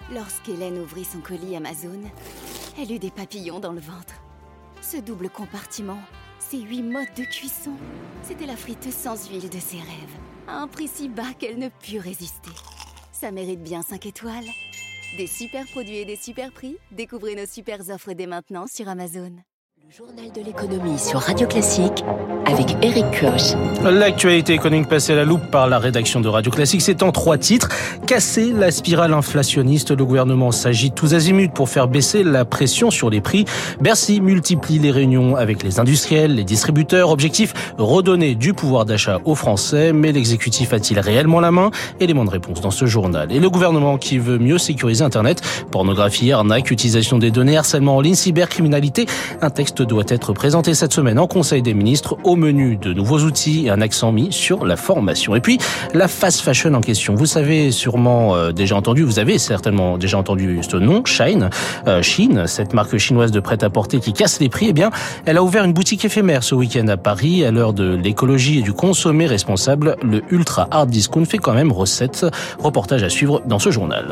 Lorsqu'Hélène ouvrit son colis Amazon, elle eut des papillons dans le ventre. Ce double compartiment, ces 8 modes de cuisson, c'était la friteuse sans huile de ses rêves, à un prix si bas qu'elle ne put résister. Ça mérite bien 5 étoiles. Des super produits et des super prix, découvrez nos super offres dès maintenant sur Amazon. Le journal de l'économie sur Radio Classique avec Eric Koch. L'actualité économique passée à la loupe par la rédaction de Radio Classique, c'est en 3 titres. Casser la spirale inflationniste, le gouvernement s'agite tous azimuts pour faire baisser la pression sur les prix. Bercy multiplie les réunions avec les industriels, les distributeurs. Objectif, redonner du pouvoir d'achat aux Français. Mais l'exécutif a-t-il réellement la main? Élément de réponse dans ce journal. Et le gouvernement qui veut mieux sécuriser Internet. Pornographie, arnaque, utilisation des données, harcèlement en ligne, cybercriminalité. Un texte doit être présenté cette semaine en Conseil des ministres. Au menu, de nouveaux outils et un accent mis sur la formation. Et puis, la fast fashion en question. Vous avez certainement déjà entendu ce nom, Shein, cette marque chinoise de prêt-à-porter qui casse les prix. Eh bien, elle a ouvert une boutique éphémère ce week-end à Paris. À l'heure de l'écologie et du consommer responsable, le ultra hard discount fait quand même recette. Reportage à suivre dans ce journal.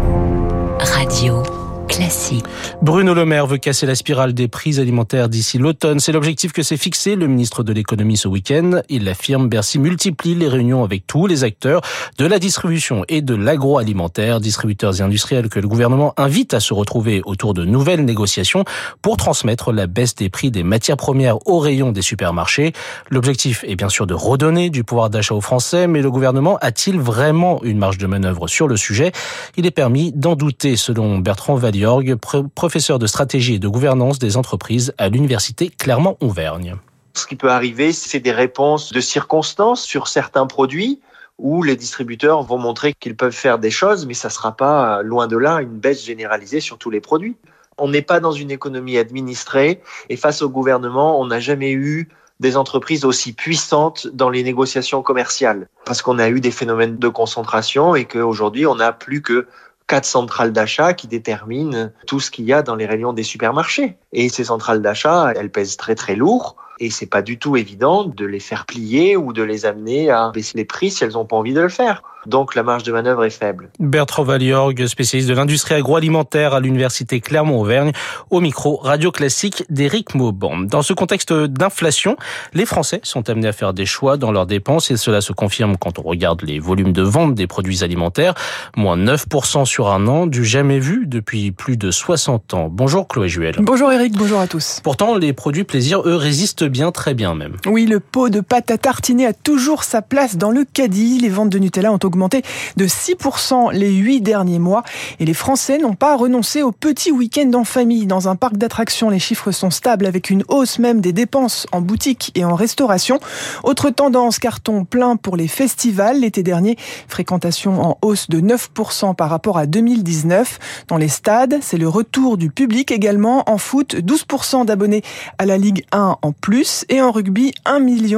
Radio Classique. Bruno Le Maire veut casser la spirale des prix alimentaires d'ici l'automne. C'est l'objectif que s'est fixé le ministre de l'économie ce week-end. Il l'affirme, Bercy multiplie les réunions avec tous les acteurs de la distribution et de l'agroalimentaire, distributeurs et industriels que le gouvernement invite à se retrouver autour de nouvelles négociations pour transmettre la baisse des prix des matières premières aux rayons des supermarchés. L'objectif est bien sûr de redonner du pouvoir d'achat aux Français, mais le gouvernement a-t-il vraiment une marge de manœuvre sur le sujet? Il est permis d'en douter selon Bertrand Valliorgue, professeur de stratégie et de gouvernance des entreprises à l'université Clermont-Auvergne. Ce qui peut arriver, c'est des réponses de circonstances sur certains produits où les distributeurs vont montrer qu'ils peuvent faire des choses, mais ça ne sera pas, loin de là, une baisse généralisée sur tous les produits. On n'est pas dans une économie administrée et face au gouvernement, on n'a jamais eu des entreprises aussi puissantes dans les négociations commerciales parce qu'on a eu des phénomènes de concentration et qu'aujourd'hui, on n'a plus que 4 centrales d'achat qui déterminent tout ce qu'il y a dans les rayons des supermarchés. Et ces centrales d'achat, elles pèsent très très lourd et c'est pas du tout évident de les faire plier ou de les amener à baisser les prix si elles n'ont pas envie de le faire. Donc la marge de manœuvre est faible. Bertrand Valliorgue, spécialiste de l'industrie agroalimentaire à l'université Clermont-Auvergne, au micro Radio Classique d'Éric Mauban. Dans ce contexte d'inflation, les Français sont amenés à faire des choix dans leurs dépenses et cela se confirme quand on regarde les volumes de vente des produits alimentaires. Moins 9% sur un an, du jamais vu depuis plus de 60 ans. Bonjour Chloé Juel. Bonjour Eric, bonjour à tous. Pourtant, les produits plaisir, eux, résistent bien, très bien même. Oui, le pot de pâte à tartiner a toujours sa place dans le caddie. Les ventes de Nutella ont augmenté de 6% les 8 derniers mois. Et les Français n'ont pas renoncé au petit week-end en famille. Dans un parc d'attractions, les chiffres sont stables avec une hausse même des dépenses en boutique et en restauration. Autre tendance, carton plein pour les festivals. L'été dernier, fréquentation en hausse de 9% par rapport à 2019. Dans les stades, c'est le retour du public également. En foot, 12% d'abonnés à la Ligue 1 en plus. Et en rugby, 1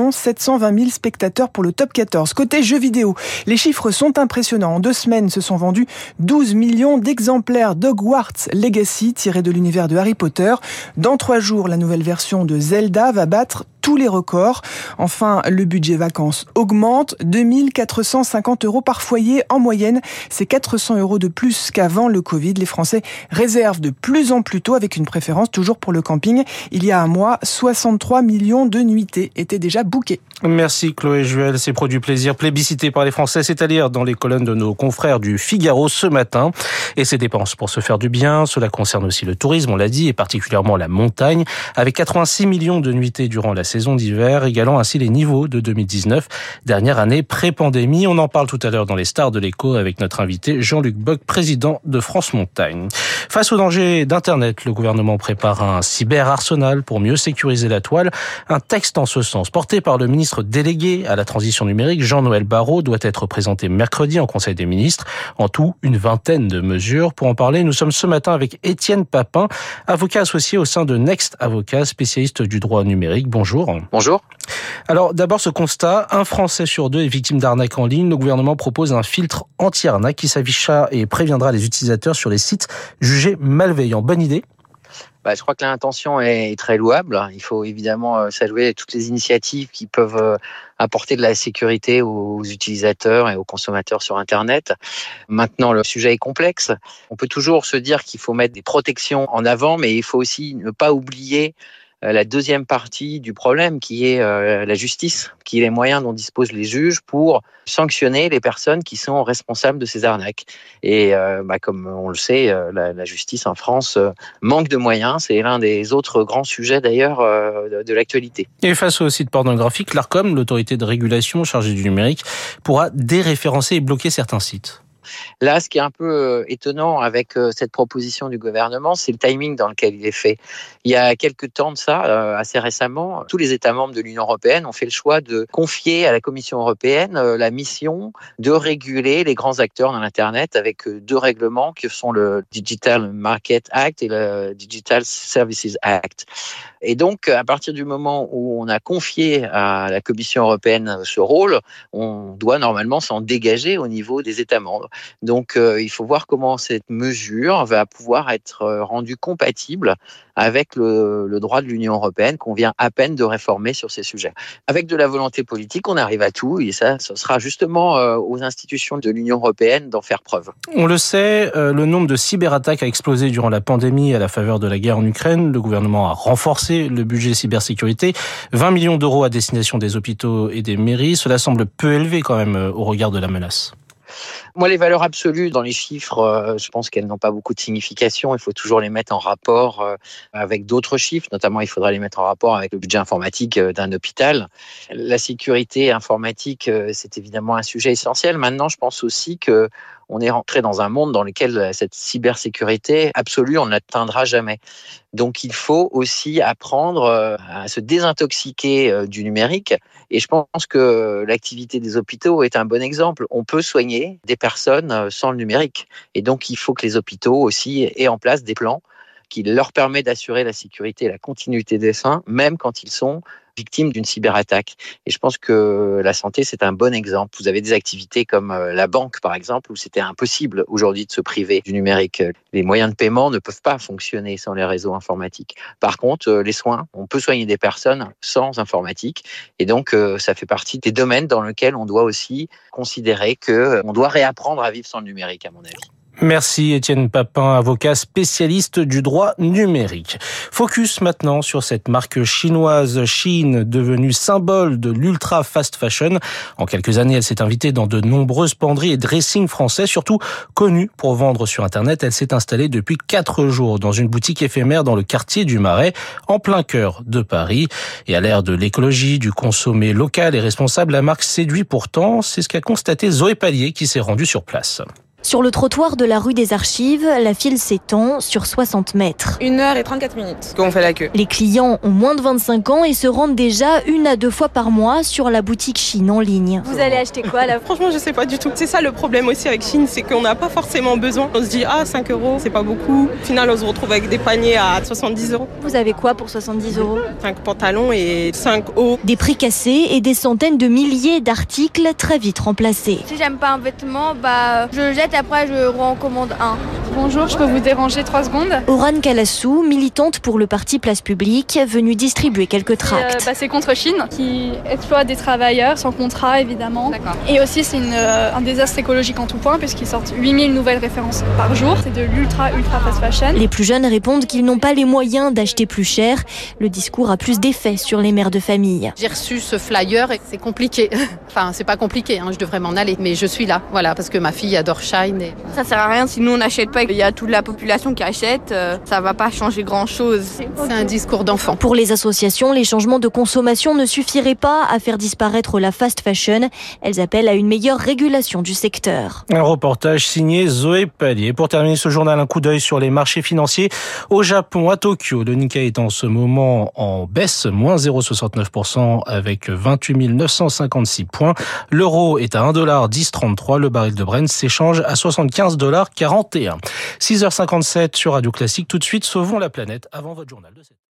720 000 spectateurs pour le top 14. Côté jeux vidéo, les chiffres sont impressionnants. En 2 semaines, se sont vendus 12 millions d'exemplaires d'Hogwarts Legacy tirés de l'univers de Harry Potter. Dans 3 jours, la nouvelle version de Zelda va battre tous les records. Enfin, le budget vacances augmente. 2 450 € par foyer en moyenne. C'est 400 € de plus qu'avant le Covid. Les Français réservent de plus en plus tôt avec une préférence toujours pour le camping. Il y a un mois, 63 millions de nuitées étaient déjà bookées. Merci Chloé Juel. Ces produits plaisir plébiscités par les Français, c'est à lire dans les colonnes de nos confrères du Figaro ce matin. Et ces dépenses pour se faire du bien, cela concerne aussi le tourisme, on l'a dit, et particulièrement la montagne, avec 86 millions de nuitées durant la saison d'hiver, égalant ainsi les niveaux de 2019, dernière année pré-pandémie. On en parle tout à l'heure dans les stars de l'écho avec notre invité Jean-Luc Bock, président de France Montagne. Face au danger d'Internet, le gouvernement prépare un cyberarsenal pour mieux sécuriser la toile. Un texte en ce sens, porté par le ministre délégué à la transition numérique, Jean-Noël Barrot, doit être présenté mercredi en Conseil des ministres. En tout, une vingtaine de mesures. Pour en parler, nous sommes ce matin avec Étienne Papin, avocat associé au sein de Next Avocat, spécialiste du droit numérique. Bonjour. Bonjour. Alors d'abord ce constat, un Français sur 2 est victime d'arnaque en ligne. Le gouvernement propose un filtre anti-arnaque qui s'affichera et préviendra les utilisateurs sur les sites jugés malveillants. Bonne idée ? Je crois que l'intention est très louable. Il faut évidemment saluer toutes les initiatives qui peuvent apporter de la sécurité aux utilisateurs et aux consommateurs sur Internet. Maintenant, le sujet est complexe. On peut toujours se dire qu'il faut mettre des protections en avant, mais il faut aussi ne pas oublier la deuxième partie du problème qui est la justice, qui est les moyens dont disposent les juges pour sanctionner les personnes qui sont responsables de ces arnaques. Et comme on le sait, la justice en France manque de moyens. C'est l'un des autres grands sujets d'ailleurs de l'actualité. Et face aux sites pornographiques, l'Arcom, l'autorité de régulation chargée du numérique, pourra déréférencer et bloquer certains sites. Là, ce qui est un peu étonnant avec cette proposition du gouvernement, c'est le timing dans lequel il est fait. Il y a quelques temps de ça, assez récemment, tous les États membres de l'Union européenne ont fait le choix de confier à la Commission européenne la mission de réguler les grands acteurs dans l'Internet avec deux règlements qui sont le Digital Market Act et le Digital Services Act. Et donc, à partir du moment où on a confié à la Commission européenne ce rôle, on doit normalement s'en dégager au niveau des États membres. Donc, il faut voir comment cette mesure va pouvoir être rendue compatible avec le droit de l'Union européenne qu'on vient à peine de réformer sur ces sujets. Avec de la volonté politique, on arrive à tout et ça, ce sera justement aux institutions de l'Union européenne d'en faire preuve. On le sait, le nombre de cyberattaques a explosé durant la pandémie à la faveur de la guerre en Ukraine. Le gouvernement a renforcé le budget cybersécurité, 20 millions d'euros à destination des hôpitaux et des mairies. Cela semble peu élevé quand même au regard de la menace. Moi, les valeurs absolues dans les chiffres, je pense qu'elles n'ont pas beaucoup de signification. Il faut toujours les mettre en rapport avec d'autres chiffres. Notamment, il faudra les mettre en rapport avec le budget informatique d'un hôpital. La sécurité informatique, c'est évidemment un sujet essentiel. Maintenant, je pense aussi que on est rentré dans un monde dans lequel cette cybersécurité absolue, on ne l'atteindra jamais. Donc, il faut aussi apprendre à se désintoxiquer du numérique. Et je pense que l'activité des hôpitaux est un bon exemple. On peut soigner des personnes sans le numérique. Et donc, il faut que les hôpitaux aussi aient en place des plans qui leur permettent d'assurer la sécurité et la continuité des soins, même quand ils sont victimes d'une cyberattaque. Et je pense que la santé, c'est un bon exemple. Vous avez des activités comme la banque, par exemple, où c'était impossible aujourd'hui de se priver du numérique. Les moyens de paiement ne peuvent pas fonctionner sans les réseaux informatiques. Par contre, les soins, on peut soigner des personnes sans informatique. Et donc, ça fait partie des domaines dans lesquels on doit aussi considérer qu'on doit réapprendre à vivre sans le numérique, à mon avis. Merci Étienne Papin, avocat spécialiste du droit numérique. Focus maintenant sur cette marque chinoise Shein, devenue symbole de l'ultra fast fashion. En quelques années, elle s'est invitée dans de nombreuses penderies et dressings français, surtout connue pour vendre sur Internet. Elle s'est installée depuis 4 jours dans une boutique éphémère dans le quartier du Marais, en plein cœur de Paris. Et à l'ère de l'écologie, du consommé local et responsable, la marque séduit pourtant. C'est ce qu'a constaté Zoé Pallier qui s'est rendue sur place. Sur le trottoir de la rue des Archives, la file s'étend sur 60 mètres. 1h34 qu'on fait la queue. Les clients ont moins de 25 ans et se rendent déjà 1 à 2 fois par mois sur la boutique Shein en ligne. Vous allez acheter quoi là? Franchement, je sais pas du tout. C'est ça le problème aussi avec Shein, c'est qu'on n'a pas forcément besoin. On se dit 5 €, c'est pas beaucoup. Au final, on se retrouve avec des paniers à 70 €. Vous avez quoi pour 70 €? 5 pantalons et 5 hauts. Des prix cassés et des centaines de milliers d'articles très vite remplacés. Si j'aime pas un vêtement, je le jette et après je recommande un. Bonjour, je peux vous déranger 3 secondes? Oran Kalassou, militante pour le parti Place Publique, venue distribuer quelques tracts. C'est contre Shein, qui exploite des travailleurs sans contrat évidemment. D'accord. Et aussi c'est un désastre écologique en tout point puisqu'ils sortent 8000 nouvelles références par jour. C'est de l'ultra fast fashion. Les plus jeunes répondent qu'ils n'ont pas les moyens d'acheter plus cher. Le discours a plus d'effet sur les mères de famille. J'ai reçu ce flyer et c'est compliqué. Enfin, c'est pas compliqué, je devrais m'en aller. Mais je suis là, voilà, parce que ma fille adore Shein. Ça sert à rien si nous on n'achète pas. Il y a toute la population qui achète. Ça va pas changer grand chose. C'est un discours d'enfant. Pour les associations, les changements de consommation ne suffiraient pas à faire disparaître la fast fashion. Elles appellent à une meilleure régulation du secteur. Un reportage signé Zoé Pallier. Pour terminer ce journal, un coup d'œil sur les marchés financiers. Au Japon, à Tokyo, le Nikkei est en ce moment en baisse, moins 0,69% avec 28 956 points. L'euro est à 1,1033. Le baril de Brent s'échange à 75,41 $. 6h57 sur Radio Classique. Tout de suite, sauvons la planète avant votre journal de 7h.